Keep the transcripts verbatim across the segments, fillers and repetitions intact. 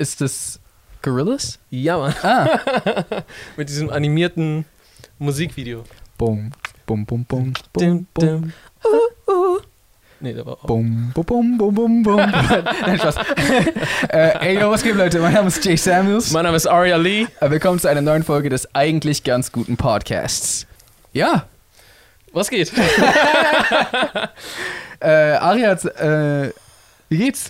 ist das Gorillaz? Ja, Mann. Ah. Mit diesem animierten Musikvideo. Bum, bum, bum, bum, bum, bum. Uh, uh. Nee, der war auch. Bum, bum, bum, bum, bum, bum. Nein, Spaß. äh, ey, yo, was geht, Leute? Mein Name ist Jay Samuels. Mein Name ist Aria Lee. Äh, willkommen zu einer neuen Folge des eigentlich ganz guten Podcasts. Ja. Was geht? äh, Aria hat, äh, wie geht's?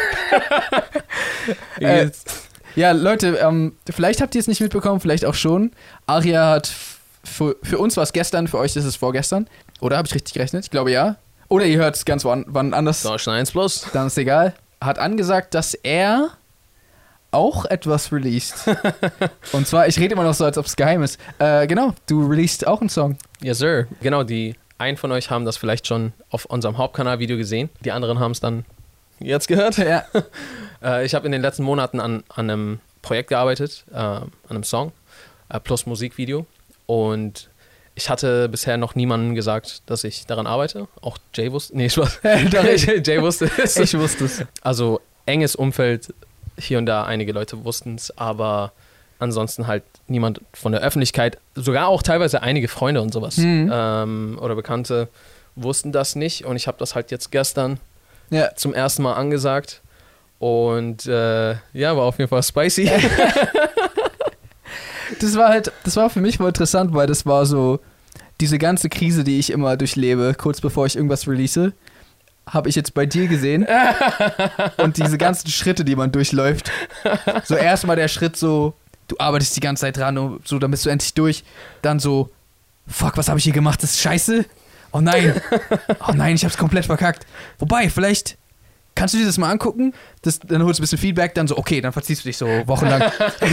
Wie geht's? Äh, ja, Leute, ähm, vielleicht habt ihr es nicht mitbekommen, vielleicht auch schon. Aria hat, f- für, für uns war es gestern, für euch ist es vorgestern. Oder, habe ich richtig gerechnet? Ich glaube ja. Oder ihr hört es ganz wann, wann anders. Deutschland eins plus. Dann ist egal. Hat angesagt, dass er auch etwas released. Und zwar, ich rede immer noch so, als ob es geheim ist. Äh, genau, du released auch einen Song. Yes, sir. Genau, die einen von euch haben das vielleicht schon auf unserem Hauptkanal-Video gesehen. Die anderen haben es dann jetzt gehört. Ja. äh, ich habe in den letzten Monaten an, an einem Projekt gearbeitet, äh, an einem Song, äh, plus Musikvideo. Und ich hatte bisher noch niemandem gesagt, dass ich daran arbeite. Auch Jay wusste. Nee, Spaß. Jay wusste es. Ich wusste es. Also enges Umfeld, hier und da einige Leute wussten es, aber ansonsten halt niemand von der Öffentlichkeit, sogar auch teilweise einige Freunde und sowas Mhm. ähm, oder Bekannte wussten das nicht und ich habe das halt jetzt gestern Ja. zum ersten Mal angesagt und äh, ja, war auf jeden Fall spicy. Das war halt, das war für mich voll interessant, weil das war so, diese ganze Krise, die ich immer durchlebe, kurz bevor ich irgendwas release, habe ich jetzt bei dir gesehen. Und diese ganzen Schritte, die man durchläuft. So erstmal der Schritt so, du arbeitest die ganze Zeit dran, und so, dann bist du endlich durch. Dann so, fuck, was habe ich hier gemacht? Das ist scheiße. Oh nein. Oh nein, ich hab's komplett verkackt. Wobei, vielleicht kannst du dir das mal angucken? Das, dann holst du ein bisschen Feedback, dann so, okay, dann verziehst du dich so wochenlang.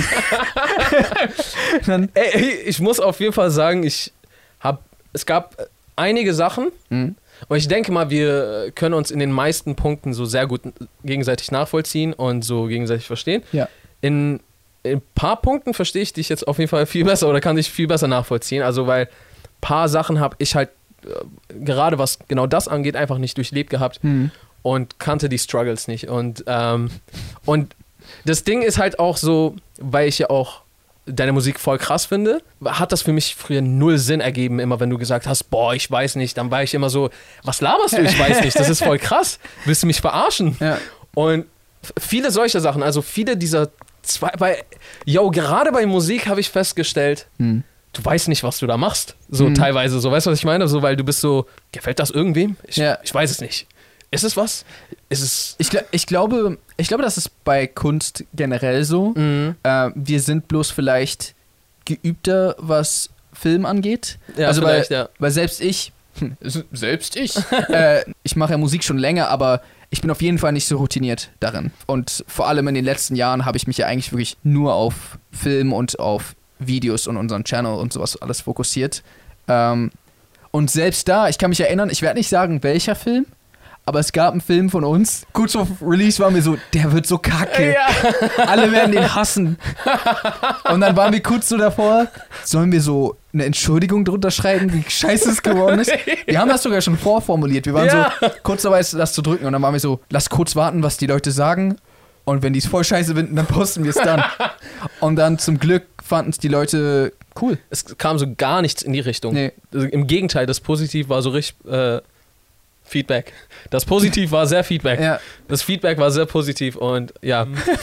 dann, Ey, ey, ich muss auf jeden Fall sagen, ich habe, es gab einige Sachen, mhm. und ich denke mal, wir können uns in den meisten Punkten so sehr gut gegenseitig nachvollziehen und so gegenseitig verstehen. Ja. In, in ein paar Punkten verstehe ich dich jetzt auf jeden Fall viel besser oder kann dich viel besser nachvollziehen. Also, weil ein paar Sachen habe ich halt, äh, gerade was genau das angeht, einfach nicht durchlebt gehabt Mhm. und kannte die Struggles nicht. Und, ähm, und das Ding ist halt auch so, weil ich ja auch deine Musik voll krass finde, hat das für mich früher null Sinn ergeben, immer wenn du gesagt hast, boah, ich weiß nicht, dann war ich immer so, was laberst du, ich weiß nicht, das ist voll krass, willst du mich verarschen? Ja. Und f- viele solcher Sachen, also viele dieser zwei, weil, yo, gerade bei Musik habe ich festgestellt, Mhm. du weißt nicht, was du da machst, so Mhm. teilweise, so, weißt du, was ich meine? So, weil du bist so, gefällt das irgendwem? Ich, Ja. ich weiß es nicht. Ist es was? Ist es... Ich, gl- ich, glaube, ich glaube, das ist bei Kunst generell so. Mhm. Äh, wir sind bloß vielleicht geübter, was Film angeht. Ja, also vielleicht, weil, ja. weil selbst ich, hm, s- selbst ich, äh, ich mache ja Musik schon länger, aber ich bin auf jeden Fall nicht so routiniert darin. Und vor allem in den letzten Jahren habe ich mich ja eigentlich wirklich nur auf Film und auf Videos und unseren Channel und sowas alles fokussiert. Ähm, und selbst da, ich kann mich erinnern, ich werde nicht sagen, welcher Film, aber es gab einen Film von uns, kurz vor Release waren wir so, der wird so kacke. Alle werden den hassen. Und dann waren wir kurz so davor, sollen wir so eine Entschuldigung drunter schreiben, wie scheiße es geworden ist? Wir haben das sogar schon vorformuliert. Wir waren Ja. so kurz dabei, das zu drücken. Und dann waren wir so, lass kurz warten, was die Leute sagen. Und wenn die es voll scheiße finden, dann posten wir es dann. Und dann zum Glück fanden es die Leute cool. Es kam so gar nichts in die Richtung. Nee. Also im Gegenteil, das Positiv war so richtig äh, Feedback. Das Positiv war sehr Feedback. Ja. Das Feedback war sehr positiv und ja.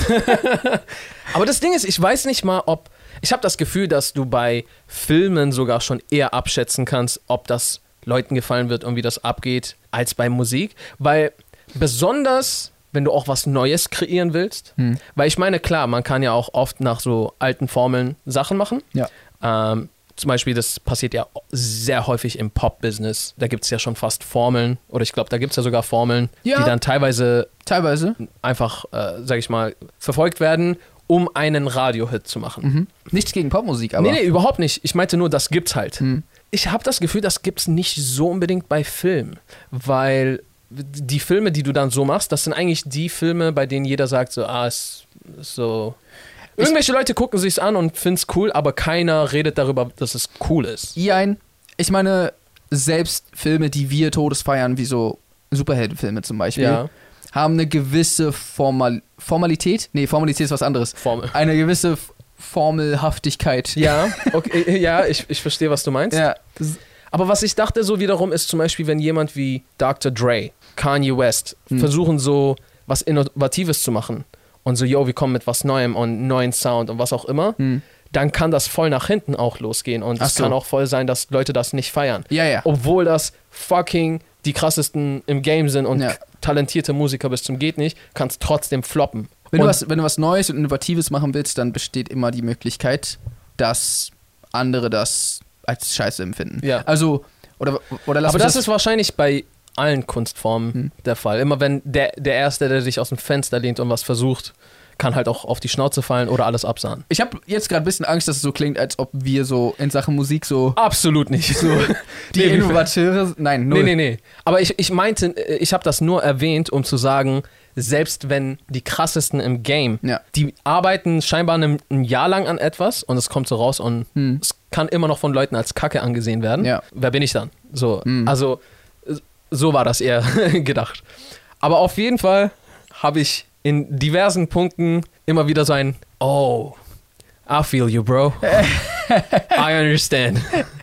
Aber das Ding ist, ich weiß nicht mal, ob... Ich habe das Gefühl, dass du bei Filmen sogar schon eher abschätzen kannst, ob das Leuten gefallen wird und wie das abgeht, als bei Musik. Weil besonders, wenn du auch was Neues kreieren willst, Hm. weil ich meine, klar, man kann ja auch oft nach so alten Formeln Sachen machen. Ja. Ähm, zum Beispiel, das passiert ja sehr häufig im Pop-Business. Da gibt es ja schon fast Formeln, oder ich glaube, da gibt es ja sogar Formeln, Ja. die dann teilweise Teilweise. einfach, äh, sag ich mal, verfolgt werden, um einen Radio-Hit zu machen. Mhm. Nichts gegen Popmusik, aber. Nee, nee, überhaupt nicht. Ich meinte nur, das gibt's halt. Hm. Ich habe das Gefühl, das gibt's nicht so unbedingt bei Filmen, weil die Filme, die du dann so machst, das sind eigentlich die Filme, bei denen jeder sagt so, ah, ist, ist so... Irgendwelche Leute gucken sich's an und finden's cool, aber keiner redet darüber, dass es cool ist. Jein. Ich meine, selbst Filme, die wir Todes feiern, wie so Superheldenfilme zum Beispiel, Ja. haben eine gewisse Formal Formalität. Nee, Formalität ist was anderes. Formel. Eine gewisse F Formelhaftigkeit. Ja, okay, ja, ich, ich verstehe, was du meinst. Ja. Aber was ich dachte so wiederum ist zum Beispiel, wenn jemand wie Doktor Dre, Kanye West hm. versuchen so was Innovatives zu machen und so, yo, wir kommen mit was Neuem und neuen Sound und was auch immer, hm. dann kann das voll nach hinten auch losgehen und es so. kann auch voll sein, dass Leute das nicht feiern. Ja, ja. Obwohl das fucking die krassesten im Game sind und ja. talentierte Musiker bis zum geht nicht, kann es trotzdem floppen. Wenn du, was, wenn du was Neues und Innovatives machen willst, dann besteht immer die Möglichkeit, dass andere das als Scheiße empfinden. Ja. Also, oder, oder lass Aber das, das ist wahrscheinlich bei allen Kunstformen hm. der Fall. Immer wenn der, der Erste, der sich aus dem Fenster lehnt und was versucht, kann halt auch auf die Schnauze fallen oder alles absahen. Ich habe jetzt gerade ein bisschen Angst, dass es so klingt, als ob wir so in Sachen Musik so... Absolut nicht. So die nee, Innovateure... Nein, null. Nee, nee, nee. Aber ich, ich meinte, ich habe das nur erwähnt, um zu sagen, selbst wenn die krassesten im Game, ja. die arbeiten scheinbar ein, ein Jahr lang an etwas und es kommt so raus und hm. es kann immer noch von Leuten als Kacke angesehen werden. Ja. Wer bin ich dann? So, hm. also so war das eher gedacht. Aber auf jeden Fall habe ich in diversen Punkten immer wieder so ein Oh, I feel you, bro. I understand.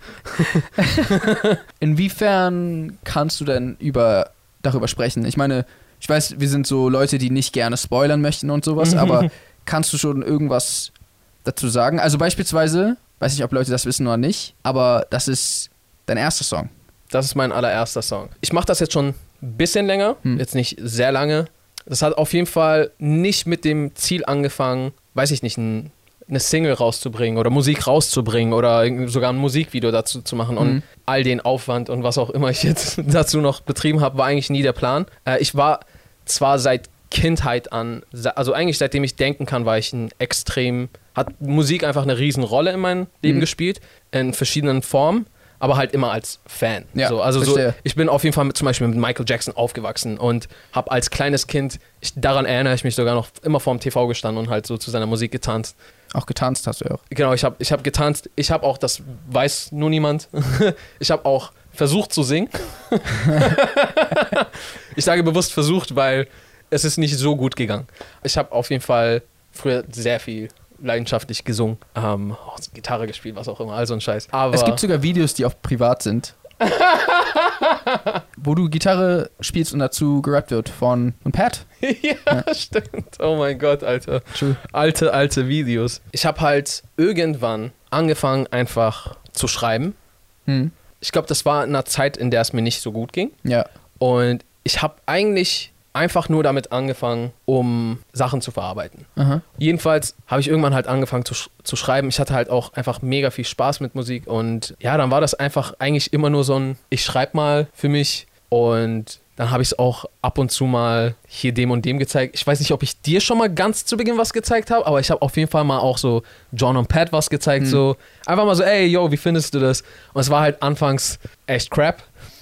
Inwiefern kannst du denn über, darüber sprechen? Ich meine, ich weiß, wir sind so Leute, die nicht gerne spoilern möchten und sowas, aber kannst du schon irgendwas dazu sagen? Also beispielsweise, weiß nicht, ob Leute das wissen oder nicht, aber das ist dein erster Song. Das ist mein allererster Song. Ich mache das jetzt schon ein bisschen länger, hm. jetzt nicht sehr lange. Das hat auf jeden Fall nicht mit dem Ziel angefangen, weiß ich nicht, ein, eine Single rauszubringen oder Musik rauszubringen oder sogar ein Musikvideo dazu zu machen. Und mhm. all den Aufwand und was auch immer ich jetzt dazu noch betrieben habe, war eigentlich nie der Plan. Äh, ich war zwar seit Kindheit an, also eigentlich seitdem ich denken kann, war ich ein extrem, hat Musik einfach eine riesen Rolle in meinem Leben mhm. gespielt, in verschiedenen Formen. Aber halt immer als Fan. Ja, so, also so, verstehe. ich bin auf jeden Fall mit, zum Beispiel mit Michael Jackson aufgewachsen und habe als kleines Kind, ich, daran erinnere ich mich sogar noch, immer vorm T V gestanden und halt so zu seiner Musik getanzt. Auch getanzt hast du ja auch. Genau, ich habe ich hab getanzt. Ich habe auch, das weiß nur niemand, ich habe auch versucht zu singen. Ich sage bewusst versucht, weil es ist nicht so gut gegangen. Ich habe auf jeden Fall früher sehr viel leidenschaftlich gesungen, ähm, auch Gitarre gespielt, was auch immer, all so ein Scheiß. Aber es gibt sogar Videos, die auch privat sind, wo du Gitarre spielst und dazu gerappt wird von, von Pat. ja, ja, stimmt. Oh mein Gott, Alter. True. Alte, alte Videos. Ich habe halt irgendwann angefangen, einfach zu schreiben. Hm. Ich glaube, das war in einer Zeit, in der es mir nicht so gut ging. Ja. Und ich habe eigentlich einfach nur damit angefangen, um Sachen zu verarbeiten. Aha. Jedenfalls habe ich irgendwann halt angefangen zu, sch zu schreiben. Ich hatte halt auch einfach mega viel Spaß mit Musik und ja, dann war das einfach eigentlich immer nur so ein, ich schreibe mal für mich und dann habe ich es auch ab und zu mal hier dem und dem gezeigt. Ich weiß nicht, ob ich dir schon mal ganz zu Beginn was gezeigt habe, aber ich habe auf jeden Fall mal auch so John und Pat was gezeigt, hm. so einfach mal so, ey, yo, wie findest du das? Und es war halt anfangs echt crap.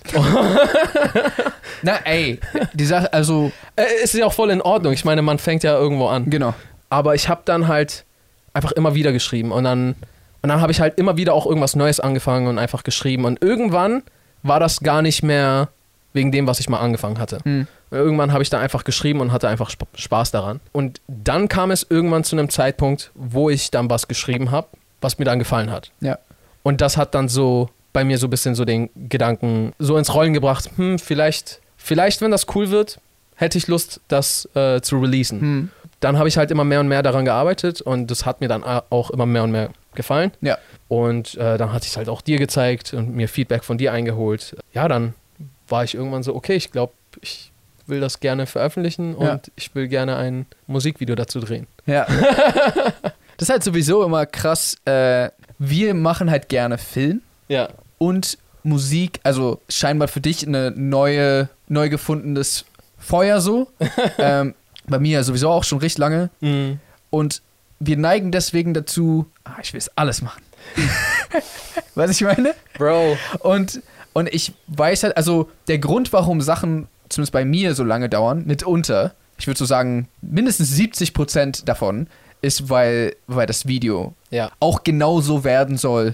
Na ey, die Sache, also... Äh, es ist ja auch voll in Ordnung. Ich meine, man fängt ja irgendwo an. Genau. Aber ich habe dann halt einfach immer wieder geschrieben und dann, und dann habe ich halt immer wieder auch irgendwas Neues angefangen und einfach geschrieben und irgendwann war das gar nicht mehr wegen dem, was ich mal angefangen hatte. Hm. Irgendwann habe ich da einfach geschrieben und hatte einfach Sp Spaß daran. Und dann kam es irgendwann zu einem Zeitpunkt, wo ich dann was geschrieben habe, was mir dann gefallen hat. Ja. Und das hat dann so bei mir so ein bisschen so den Gedanken so ins Rollen gebracht, hm, vielleicht, vielleicht, wenn das cool wird, hätte ich Lust, das äh, zu releasen. Hm. Dann habe ich halt immer mehr und mehr daran gearbeitet und das hat mir dann auch immer mehr und mehr gefallen. Ja. Und äh, dann hatte ich es halt auch dir gezeigt und mir Feedback von dir eingeholt. Ja, dann war ich irgendwann so, okay, ich glaube, ich will das gerne veröffentlichen und ja. ich will gerne ein Musikvideo dazu drehen. Ja. Das ist halt sowieso immer krass. Äh, wir machen halt gerne Film. Ja. Und Musik, also scheinbar für dich eine neue, neu gefundenes Feuer so. ähm, bei mir sowieso auch schon recht lange. Mhm. Und wir neigen deswegen dazu, ah, ich will es alles machen. Was ich meine? Bro. Und, und ich weiß halt, also der Grund, warum Sachen, zumindest bei mir, so lange dauern, mitunter, ich würde so sagen, mindestens siebzig Prozent davon, ist, weil, weil das Video ja. auch genauso werden soll,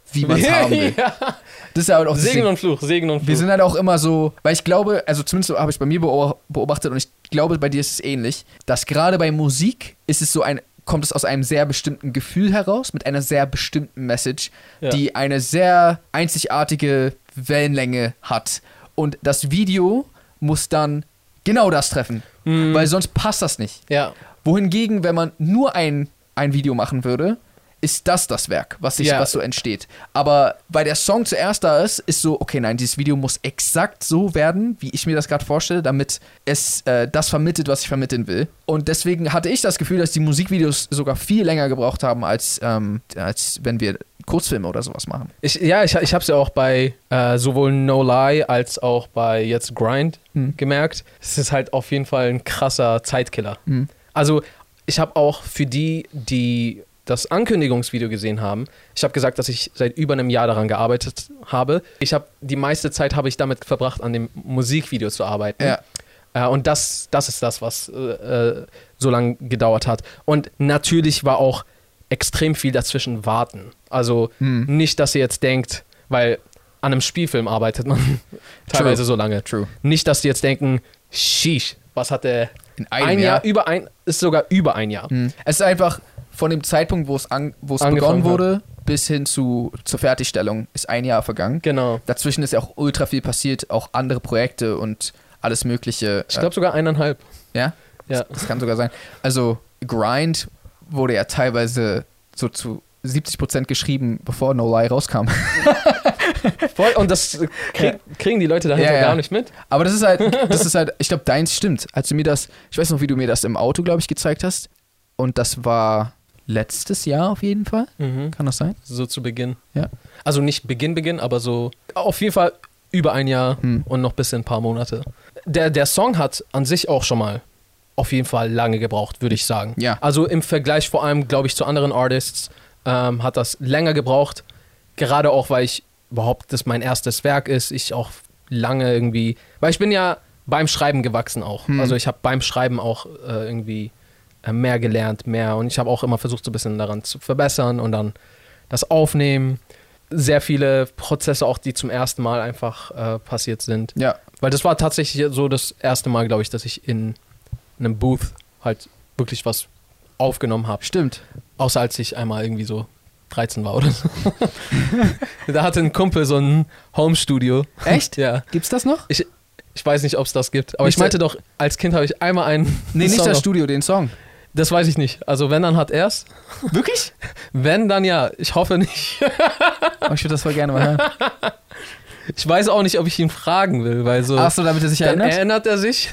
wie man es haben will. Ja. Das ist ja halt auch Segen und Fluch, Segen und Fluch. Wir sind halt auch immer so, weil ich glaube, also zumindest habe ich bei mir beobachtet und ich glaube, bei dir ist es ähnlich, dass gerade bei Musik ist es so ein, kommt es aus einem sehr bestimmten Gefühl heraus, mit einer sehr bestimmten Message, Ja. die eine sehr einzigartige Wellenlänge hat. Und das Video muss dann genau das treffen, Mhm. weil sonst passt das nicht. Ja. Wohingegen, wenn man nur ein, ein Video machen würde, ist das das Werk, was, sich, Ja. was so entsteht. Aber weil der Song zuerst da ist, ist so, okay, nein, dieses Video muss exakt so werden, wie ich mir das gerade vorstelle, damit es äh, das vermittelt, was ich vermitteln will. Und deswegen hatte ich das Gefühl, dass die Musikvideos sogar viel länger gebraucht haben, als, ähm, als wenn wir Kurzfilme oder sowas machen. Ich, ja, ich, ich habe es ja auch bei äh, sowohl No Lie als auch bei jetzt Grind Mhm. gemerkt. Es ist halt auf jeden Fall ein krasser Zeitkiller. Mhm. Also ich habe auch für die, die das Ankündigungsvideo gesehen haben, ich habe gesagt, dass ich seit über einem Jahr daran gearbeitet habe. Ich habe die meiste Zeit habe ich damit verbracht, an dem Musikvideo zu arbeiten. Ja. Äh, und das, das ist das, was äh, äh, so lange gedauert hat. Und natürlich war auch extrem viel dazwischen warten. Also Mhm. nicht, dass ihr jetzt denkt, weil an einem Spielfilm arbeitet man teilweise so lange. True. Nicht, dass die jetzt denken, sheesh, was hat der In einem ein Jahr. Jahr, über ein, ist sogar über ein Jahr. Mhm. Es ist einfach von dem Zeitpunkt, wo es, an, wo es Angefangen begonnen wurde, bis hin zu, zur Fertigstellung, ist ein Jahr vergangen. Genau. Dazwischen ist ja auch ultra viel passiert, auch andere Projekte und alles Mögliche. Ich glaube sogar eineinhalb. Äh, ja? Ja. Das, das kann sogar sein. Also Grind wurde ja teilweise so zu siebzig Prozent geschrieben, bevor No Lie rauskam. Voll, und das krieg, kriegen die Leute dahinter Ja, ja. gar nicht mit. Aber das ist halt, das ist halt, ich glaube, deins stimmt. Als du mir das, ich weiß noch, wie du mir das im Auto, glaube ich, gezeigt hast. Und das war letztes Jahr auf jeden Fall. Kann das sein? So zu Beginn. Ja. Also nicht Beginn, Beginn, aber so auf jeden Fall über ein Jahr Hm. und noch bis in ein paar Monate. Der, der Song hat an sich auch schon mal auf jeden Fall lange gebraucht, würde ich sagen. Ja. Also im Vergleich vor allem, glaube ich, zu anderen Artists ähm, hat das länger gebraucht. Gerade auch, weil ich überhaupt das mein erstes Werk ist. Ich auch lange irgendwie, weil ich bin ja beim Schreiben gewachsen auch. Hm. Also ich habe beim Schreiben auch äh, irgendwie äh, mehr gelernt, mehr. Und ich habe auch immer versucht, so ein bisschen daran zu verbessern und dann das Aufnehmen. Sehr viele Prozesse auch, die zum ersten Mal einfach äh, passiert sind. Ja. Weil das war tatsächlich so das erste Mal, glaube ich, dass ich in einem Booth halt wirklich was aufgenommen habe. Stimmt. Außer als ich einmal irgendwie so dreizehn war oder so. Da hatte ein Kumpel so ein Home-Studio. Echt? Ja. Gibt's das noch? Ich, ich weiß nicht, ob es das gibt. Aber Nicht ich meinte doch, als Kind habe ich einmal einen Nee, nicht Song das auf- Studio, den Song. Das weiß ich nicht. Also wenn, dann hat er es. Wirklich? Wenn, dann ja. Ich hoffe nicht. Oh, ich würde das voll gerne mal hören. Ich weiß auch nicht, ob ich ihn fragen will, weil so... Achso, damit er sich Dann erinnert? erinnert er sich.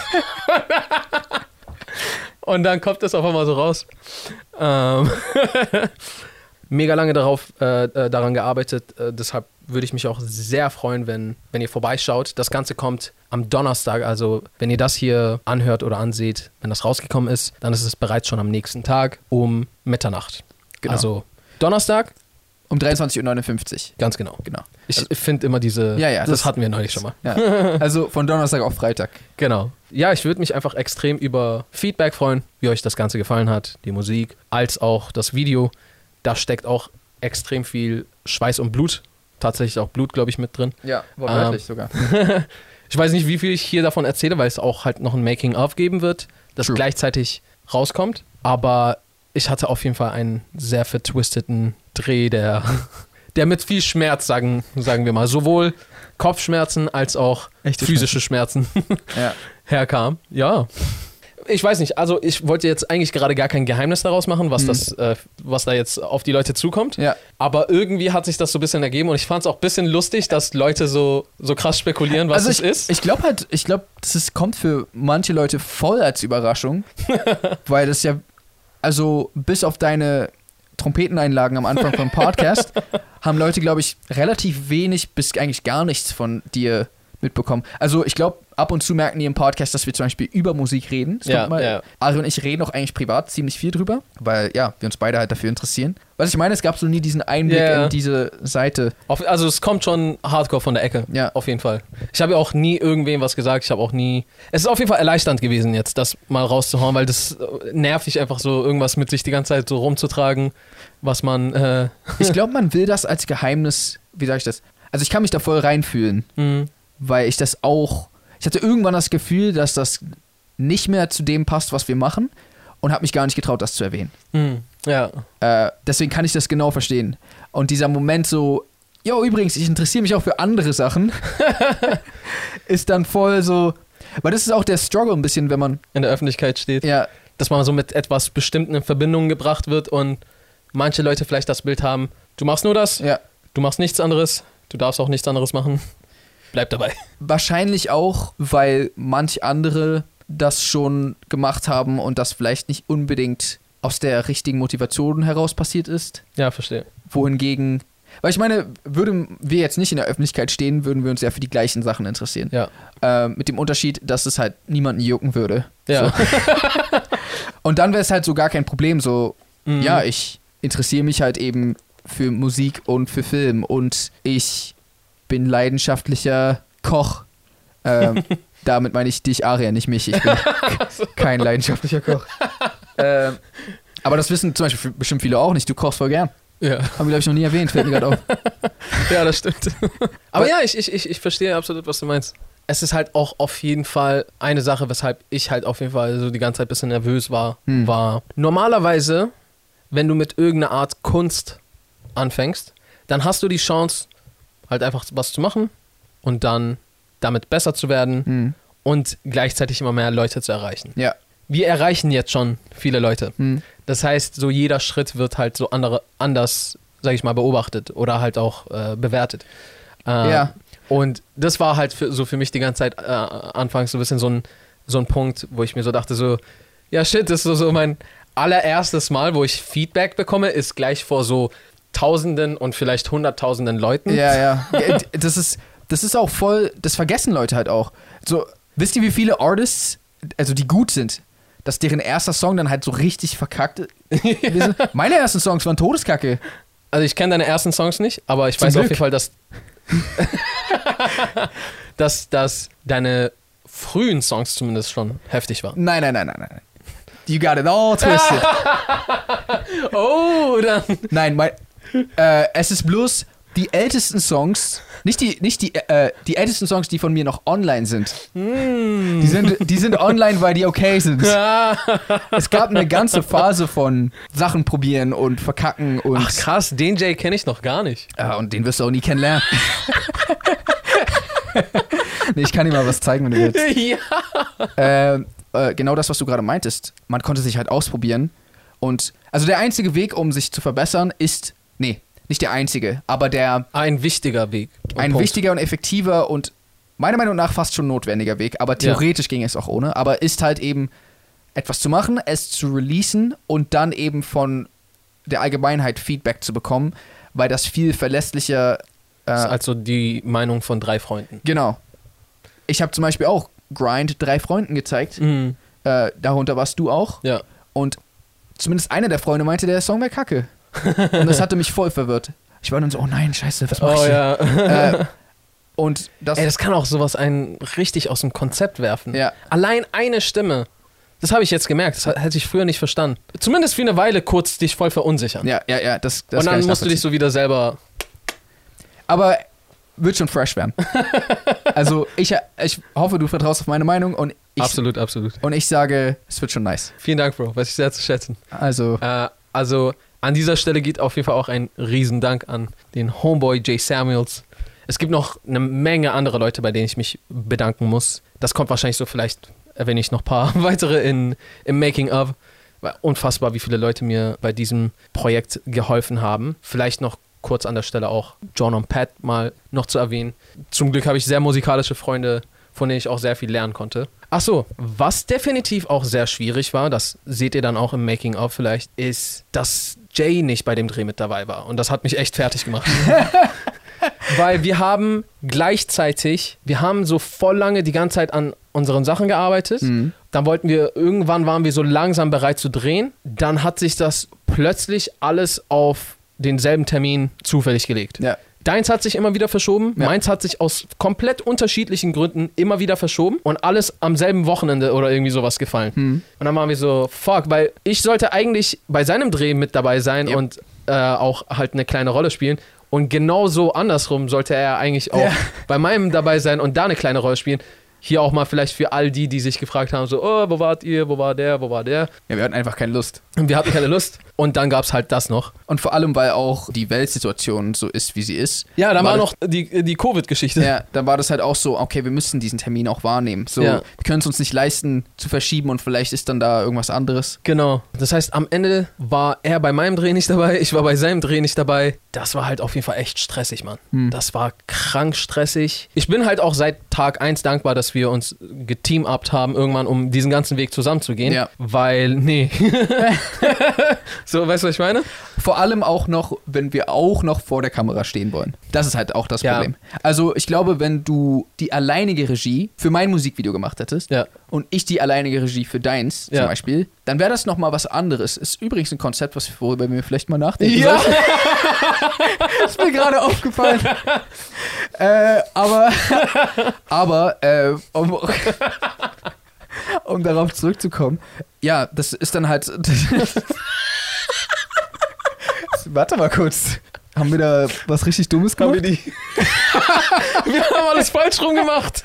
Und dann kommt es auf einmal so raus. Ähm Mega lange darauf, äh, äh, daran gearbeitet. Äh, deshalb würde ich mich auch sehr freuen, wenn, wenn ihr vorbeischaut. Das Ganze kommt am Donnerstag. Also wenn ihr das hier anhört oder anseht, wenn das rausgekommen ist, dann ist es bereits schon am nächsten Tag um Mitternacht. Genau. Also Donnerstag, Um dreiundzwanzig Uhr neunundfünfzig. ganz genau. Genau. Ich finde immer diese... Ja, ja, das, das- hatten wir neulich schon mal. Ja. Also von Donnerstag auf Freitag. Genau. Ja, ich würde mich einfach extrem über Feedback freuen, wie euch das Ganze gefallen hat, die Musik, als auch das Video. Da steckt auch extrem viel Schweiß und Blut, tatsächlich auch Blut, glaube ich, mit drin. Ja, wortwörtlich sogar. Ich weiß nicht, wie viel ich hier davon erzähle, weil es auch halt noch ein Making-of geben wird, das True. gleichzeitig rauskommt. Aber ich hatte auf jeden Fall einen sehr vertwisteten Dreh, der, der mit viel Schmerz, sagen, sagen wir mal, sowohl Kopfschmerzen als auch Echte physische Schmerzen Ja. herkam. Ja. Ich weiß nicht, also ich wollte jetzt eigentlich gerade gar kein Geheimnis daraus machen, was, Mhm. das, äh, was da jetzt auf die Leute zukommt. Ja. Aber irgendwie hat sich das so ein bisschen ergeben und ich fand es auch ein bisschen lustig, dass Leute so, so krass spekulieren, was also es ich, ist. Ich glaube halt, ich glaube, das ist, kommt für manche Leute voll als Überraschung, weil das ja, also bis auf deine Trompeteneinlagen am Anfang vom Podcast, haben Leute, glaube ich, relativ wenig bis eigentlich gar nichts von dir mitbekommen. Also ich glaube, ab und zu merken die im Podcast, dass wir zum Beispiel über Musik reden. Das Ja, kommt mal, ja. Ari und ich reden auch eigentlich privat ziemlich viel drüber, weil ja, wir uns beide halt dafür interessieren. Was ich meine, es gab so nie diesen Einblick Ja. in diese Seite. Auf, also es kommt schon hardcore von der Ecke. Ja. Auf jeden Fall. Ich habe ja auch nie irgendwem was gesagt. Ich habe auch nie... Es ist auf jeden Fall erleichternd gewesen jetzt, das mal rauszuhauen, weil das äh, nervig einfach so irgendwas mit sich die ganze Zeit so rumzutragen, was man... Äh, Ich glaube, man will das als Geheimnis, wie sage ich das? Also ich kann mich da voll reinfühlen, mh. weil ich das auch... Ich hatte irgendwann das Gefühl, dass das nicht mehr zu dem passt, was wir machen und habe mich gar nicht getraut, das zu erwähnen. Mh. Ja. Äh, deswegen kann ich das genau verstehen. Und dieser Moment so, jo, übrigens, ich interessiere mich auch für andere Sachen, ist dann voll so, weil das ist auch der Struggle ein bisschen, wenn man, In der Öffentlichkeit steht. ja, Dass man so mit etwas Bestimmten in Verbindung gebracht wird und manche Leute vielleicht das Bild haben, du machst nur das, ja, du machst nichts anderes, du darfst auch nichts anderes machen. Bleib dabei. wahrscheinlich auch, weil manch andere das schon gemacht haben und das vielleicht nicht unbedingt aus der richtigen Motivation heraus passiert ist. Ja, verstehe. Wohingegen, weil ich meine, würden wir jetzt nicht in der Öffentlichkeit stehen, würden wir uns ja für die gleichen Sachen interessieren. Ja. Äh, mit dem Unterschied, dass es halt niemanden jucken würde. Ja. So. Und dann wäre es halt so gar kein Problem, so, Mhm. ja, ich interessiere mich halt eben für Musik und für Film und ich bin leidenschaftlicher Koch. Ähm, damit meine ich dich, Aria, nicht mich. Ich bin kein leidenschaftlicher Koch. ähm, aber das wissen zum Beispiel bestimmt viele auch nicht. Du kochst voll gern. Ja. Haben wir, glaube ich, noch nie erwähnt, fällt mir gerade auf. Ja, das stimmt. Aber ja, ich, ich, ich, ich verstehe absolut, was du meinst. Es ist halt auch auf jeden Fall eine Sache, weshalb ich halt auf jeden Fall so die ganze Zeit ein bisschen nervös war, Hm. war normalerweise, wenn du mit irgendeiner Art Kunst anfängst, dann hast du die Chance, halt einfach was zu machen und dann damit besser zu werden Hm. und gleichzeitig immer mehr Leute zu erreichen. Ja. Wir erreichen jetzt schon viele Leute. Hm. Das heißt, so jeder Schritt wird halt so andere, anders, sag ich mal, beobachtet oder halt auch äh, bewertet. Äh, Ja. Und das war halt für, so für mich die ganze Zeit äh, anfangs so ein bisschen so ein, so ein Punkt, wo ich mir so dachte, so, ja shit, das ist so, so mein allererstes Mal, wo ich Feedback bekomme, ist gleich vor so Tausenden und vielleicht Hunderttausenden Leuten. Ja, ja. Ja, das ist, das ist auch voll, das vergessen Leute halt auch. So, wisst ihr, wie viele Artists, also die gut sind, dass deren erster Song dann halt so richtig verkackt ist? Meine ersten Songs waren Todeskacke. Also ich kenne deine ersten Songs nicht, aber ich Zum weiß auf Glück. jeden Fall, dass, dass, dass deine frühen Songs zumindest schon heftig waren. Nein, nein, nein, nein, nein. You got it all twisted. Oh, dann. Nein, mein, äh, es ist bloß die ältesten Songs, nicht die, nicht die, äh, die ältesten Songs, die von mir noch online sind. Mm. Die sind, die sind online, weil die okay sind. Es gab eine ganze Phase von Sachen probieren und verkacken und. Ach krass, den Jay kenne ich noch gar nicht. Ja, und den wirst du auch nie kennenlernen. Nee, ich kann dir mal was zeigen, wenn du willst. Ja. Äh, äh, genau das, was du gerade meintest. Man konnte sich halt ausprobieren. Und also der einzige Weg, um sich zu verbessern, ist. Nee, nicht der einzige, aber der Ein wichtiger Weg. Und ein Punkt. wichtiger und effektiver und meiner Meinung nach fast schon notwendiger Weg. Aber theoretisch ging es auch ohne. Aber ist halt eben etwas zu machen, es zu releasen und dann eben von der Allgemeinheit Feedback zu bekommen, weil das viel verlässlicher. Das ist Äh, also die Meinung von drei Freunden. genau. Ich habe zum Beispiel auch Grind drei Freunden gezeigt. Mhm. Äh, darunter warst du auch. Ja. Und zumindest einer der Freunde meinte, der Song wäre kacke. Und das hatte mich voll verwirrt. Ich war dann so, oh nein, scheiße, was mach ich Oh hier? ja. Äh, und das, Ey, das kann auch sowas einen richtig aus dem Konzept werfen. ja, Allein eine Stimme. Das habe ich jetzt gemerkt. Das hätte ich früher nicht verstanden. Zumindest für eine Weile kurz dich voll verunsichern. ja, ja, ja, das, das Und kann dann ich musst du dich nachvollziehen. so wieder selber. Aber wird schon fresh werden. Also ich, ich hoffe, du vertraust auf meine Meinung und ich, Absolut, absolut. und ich sage, es wird schon nice. Vielen Dank, Bro. Weiß ich sehr zu schätzen. Also, Äh, also an dieser Stelle geht auf jeden Fall auch ein Riesendank an den Homeboy Jay Samuels. Es gibt noch eine Menge andere Leute, bei denen ich mich bedanken muss. Das kommt wahrscheinlich so, vielleicht erwähne ich noch ein paar weitere in, im Making of. War unfassbar, wie viele Leute mir bei diesem Projekt geholfen haben. Vielleicht noch kurz an der Stelle auch John und Pat mal noch zu erwähnen. Zum Glück habe ich sehr musikalische Freunde, von denen ich auch sehr viel lernen konnte. Ach so, was definitiv auch sehr schwierig war, das seht ihr dann auch im Making of vielleicht, ist, dass Jay nicht bei dem Dreh mit dabei war. Und das hat mich echt fertig gemacht. weil wir haben gleichzeitig, wir haben so voll lange die ganze Zeit an unseren Sachen gearbeitet. Mhm. Dann wollten wir, irgendwann waren wir so langsam bereit zu drehen. Dann hat sich das plötzlich alles auf denselben Termin zufällig gelegt. Ja. Deins hat sich immer wieder verschoben, ja. Meins hat sich aus komplett unterschiedlichen Gründen immer wieder verschoben und alles am selben Wochenende oder irgendwie sowas gefallen. Hm. Und dann waren wir so, fuck, weil ich sollte eigentlich bei seinem Dreh mit dabei sein, ja. Und äh, auch halt eine kleine Rolle spielen. Und genauso andersrum sollte er eigentlich auch ja. bei meinem dabei sein und da eine kleine Rolle spielen. Hier auch mal vielleicht für all die, die sich gefragt haben, so, oh, wo wart ihr, wo war der, wo war der? Ja, wir hatten einfach keine Lust. Und wir hatten keine Lust. Und dann gab es halt das noch. Und vor allem, weil auch die Weltsituation so ist, wie sie ist. Ja, da war, war noch die, die Covid-Geschichte. Ja, da war das halt auch so, okay, wir müssen diesen Termin auch wahrnehmen. So, ja. Wir können es uns nicht leisten zu verschieben und vielleicht ist dann da irgendwas anderes. Genau. Das heißt, am Ende war er bei meinem Dreh nicht dabei, ich war bei seinem Dreh nicht dabei. Das war halt auf jeden Fall echt stressig, Mann. Hm. Das war krank stressig. Ich bin halt auch seit Tag eins dankbar, dass wir uns geteam-upt haben, irgendwann, um diesen ganzen Weg zusammenzugehen. Ja. Weil, nee. So, weißt du, was ich meine? Vor allem auch noch, wenn wir auch noch vor der Kamera stehen wollen. Das ist halt auch das ja. Problem. Also ich glaube, wenn du die alleinige Regie für mein Musikvideo gemacht hättest ja. und ich die alleinige Regie für deins ja. zum Beispiel, dann wäre das nochmal was anderes. Ist übrigens ein Konzept, was worüber wir vielleicht mal nachdenken ja. sollten. Ist mir gerade aufgefallen. äh, aber, aber, äh, um, um darauf zurückzukommen, ja, das ist dann halt... Warte mal kurz. Haben wir da was richtig Dummes gemacht? Haben wir, die wir haben alles falsch rum gemacht.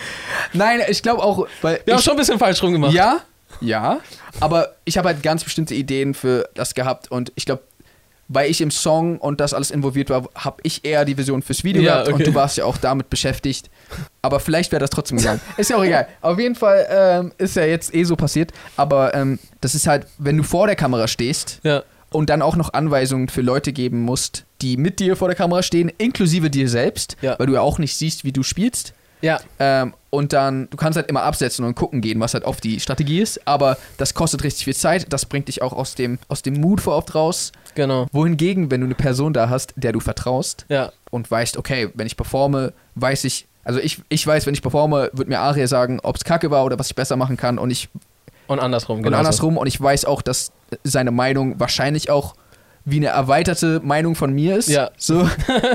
Nein, ich glaube auch, weil... Wir haben schon ein bisschen falsch rum gemacht. Ja, ja. Aber ich habe halt ganz bestimmte Ideen für das gehabt und ich glaube, weil ich im Song und das alles involviert war, habe ich eher die Vision fürs Video ja, gehabt okay. Und du warst ja auch damit beschäftigt. Aber vielleicht wäre das trotzdem gegangen. Ist ja auch egal. Auf jeden Fall ähm, ist ja jetzt eh so passiert. Aber ähm, das ist halt, wenn du vor der Kamera stehst... Ja. Und dann auch noch Anweisungen für Leute geben musst, die mit dir vor der Kamera stehen, inklusive dir selbst, ja. Weil du ja auch nicht siehst, wie du spielst. Ja. Ähm, und dann, du kannst halt immer absetzen und gucken gehen, was halt auf die Strategie ist, aber das kostet richtig viel Zeit, das bringt dich auch aus dem, aus dem Mood vor oft raus. Genau. Wohingegen, wenn du eine Person da hast, der du vertraust ja. und weißt, okay, wenn ich performe, weiß ich, also ich, ich weiß, wenn ich performe, wird mir Aria sagen, ob es kacke war oder was ich besser machen kann und ich Und andersrum, genau. Und andersrum. Und ich weiß auch, dass seine Meinung wahrscheinlich auch wie eine erweiterte Meinung von mir ist. Ja. So.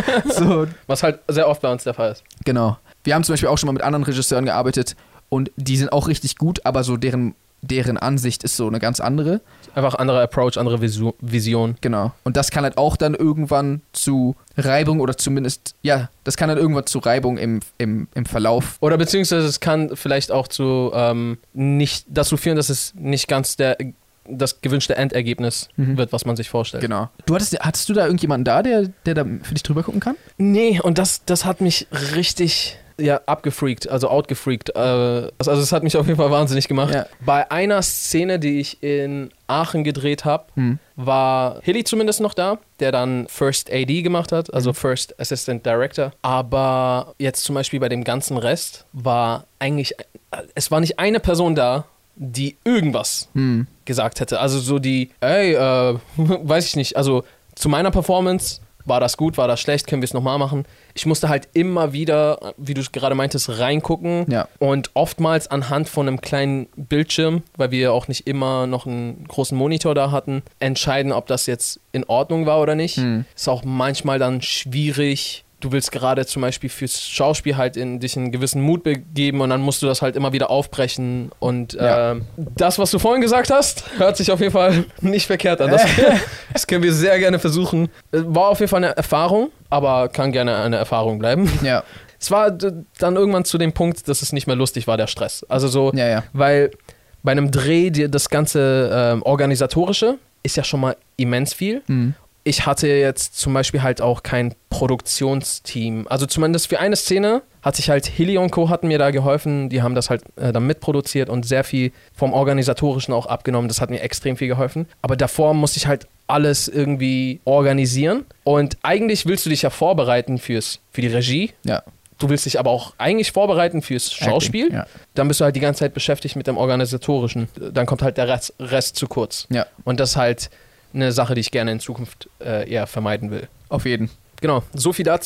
so. Was halt sehr oft bei uns der Fall ist. Genau. Wir haben zum Beispiel auch schon mal mit anderen Regisseuren gearbeitet und die sind auch richtig gut, aber so deren, deren Ansicht ist so eine ganz andere. Einfach anderer Approach, andere Vision. Genau. Und das kann halt auch dann irgendwann zu Reibung oder zumindest, ja, das kann dann irgendwann zu Reibung im, im, im Verlauf. Oder beziehungsweise es kann vielleicht auch zu ähm, nicht dazu führen, dass es nicht ganz der das gewünschte Endergebnis mhm. wird, was man sich vorstellt. Genau. Du hattest, hattest du da irgendjemanden da, der, der da für dich drüber gucken kann? Nee, und das, das hat mich richtig ja, abgefreakt, also outgefreakt. Äh, also es hat mich auf jeden Fall wahnsinnig gemacht. Ja. Bei einer Szene, die ich in Aachen gedreht habe, hm. war Hilly zumindest noch da, der dann First A D gemacht hat, also hm. First Assistant Director. Aber jetzt zum Beispiel bei dem ganzen Rest war eigentlich, es war nicht eine Person da, die irgendwas hm. gesagt hätte. Also so die, ey, äh, weiß ich nicht, also zu meiner Performance, war das gut, war das schlecht, können wir es nochmal machen? Ich musste halt immer wieder, wie du gerade meintest, reingucken ja. und oftmals anhand von einem kleinen Bildschirm, weil wir auch nicht immer noch einen großen Monitor da hatten, entscheiden, ob das jetzt in Ordnung war oder nicht. Hm. Ist auch manchmal dann schwierig. Du willst gerade zum Beispiel fürs Schauspiel halt in dich in einen gewissen Mut begeben und dann musst du das halt immer wieder aufbrechen. Und ja. äh, das, was du vorhin gesagt hast, hört sich auf jeden Fall nicht verkehrt an. Das, das können wir sehr gerne versuchen. War auf jeden Fall eine Erfahrung, aber kann gerne eine Erfahrung bleiben. Ja. Es war dann irgendwann zu dem Punkt, dass es nicht mehr lustig war, der Stress. Also so, ja, ja. weil bei einem Dreh das ganze äh, Organisatorische ist ja schon mal immens viel. Mhm. Ich hatte jetzt zum Beispiel halt auch kein Produktionsteam. Also zumindest für eine Szene hat sich halt Hilly und Co. hatten mir da geholfen. Die haben das halt äh, dann mitproduziert und sehr viel vom Organisatorischen auch abgenommen. Das hat mir extrem viel geholfen. Aber davor musste ich halt alles irgendwie organisieren. Und eigentlich willst du dich ja vorbereiten fürs, für die Regie. Ja. Du willst dich aber auch eigentlich vorbereiten fürs Schauspiel. Acting, ja. Dann bist du halt die ganze Zeit beschäftigt mit dem Organisatorischen. Dann kommt halt der Rest, Rest zu kurz. Ja. Und das ist halt eine Sache, die ich gerne in Zukunft äh, eher vermeiden will. Auf jeden. Genau, so viel dazu.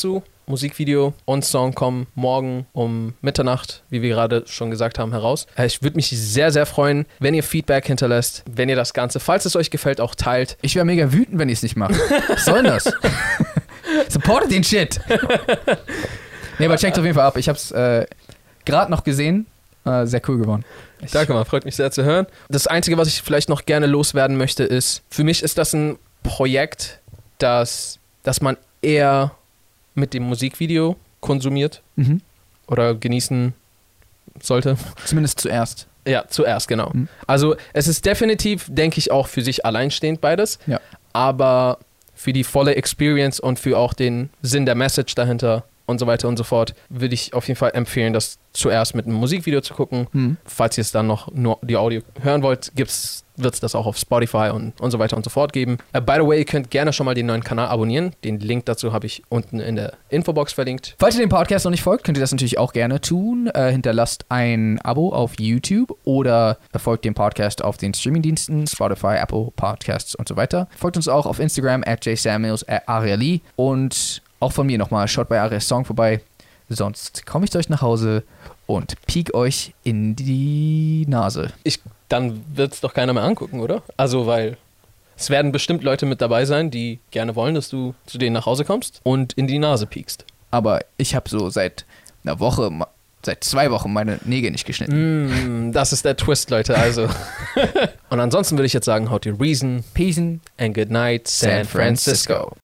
Musikvideo und Song kommen morgen um Mitternacht, wie wir gerade schon gesagt haben, heraus. Ich würde mich sehr, sehr freuen, wenn ihr Feedback hinterlässt, wenn ihr das Ganze, falls es euch gefällt, auch teilt. Ich wäre mega wütend, wenn ihr es nicht macht. Was soll denn das? Supportet den Shit. Nee, aber checkt auf jeden Fall ab. Ich habe es äh, gerade noch gesehen. Äh, sehr cool geworden. Ich Danke mal, freut mich sehr zu hören. Das Einzige, was ich vielleicht noch gerne loswerden möchte, ist, für mich ist das ein Projekt, das, das man eher mit dem Musikvideo konsumiert Mhm. oder genießen sollte. Zumindest zuerst. Ja, zuerst, genau. Mhm. Also es ist definitiv, denke ich, auch für sich alleinstehend beides. Ja. Aber für die volle Experience und für auch den Sinn der Message dahinter und so weiter und so fort, würde ich auf jeden Fall empfehlen, das zuerst mit einem Musikvideo zu gucken. Mhm. Falls ihr es dann noch nur die Audio hören wollt, wird es das auch auf Spotify und, und so weiter und so fort geben. Uh, by the way, ihr könnt gerne schon mal den neuen Kanal abonnieren. Den Link dazu habe ich unten in der Infobox verlinkt. Falls ihr dem Podcast noch nicht folgt, könnt ihr das natürlich auch gerne tun. Äh, hinterlasst ein Abo auf YouTube oder folgt dem Podcast auf den Streamingdiensten, Spotify, Apple Podcasts und so weiter. Folgt uns auch auf Instagram at jsamuels at ariali und auch von mir nochmal, schaut bei Arias Song vorbei. Sonst komme ich zu euch nach Hause und piek euch in die Nase. Ich, dann wird es doch keiner mehr angucken, oder? Also, weil es werden bestimmt Leute mit dabei sein, die gerne wollen, dass du zu denen nach Hause kommst und in die Nase piekst. Aber ich habe so seit einer Woche, seit zwei Wochen meine Nägel nicht geschnitten. Mm, das ist der Twist, Leute, also. Und ansonsten würde ich jetzt sagen, how to reason, Peace and good night, San Francisco.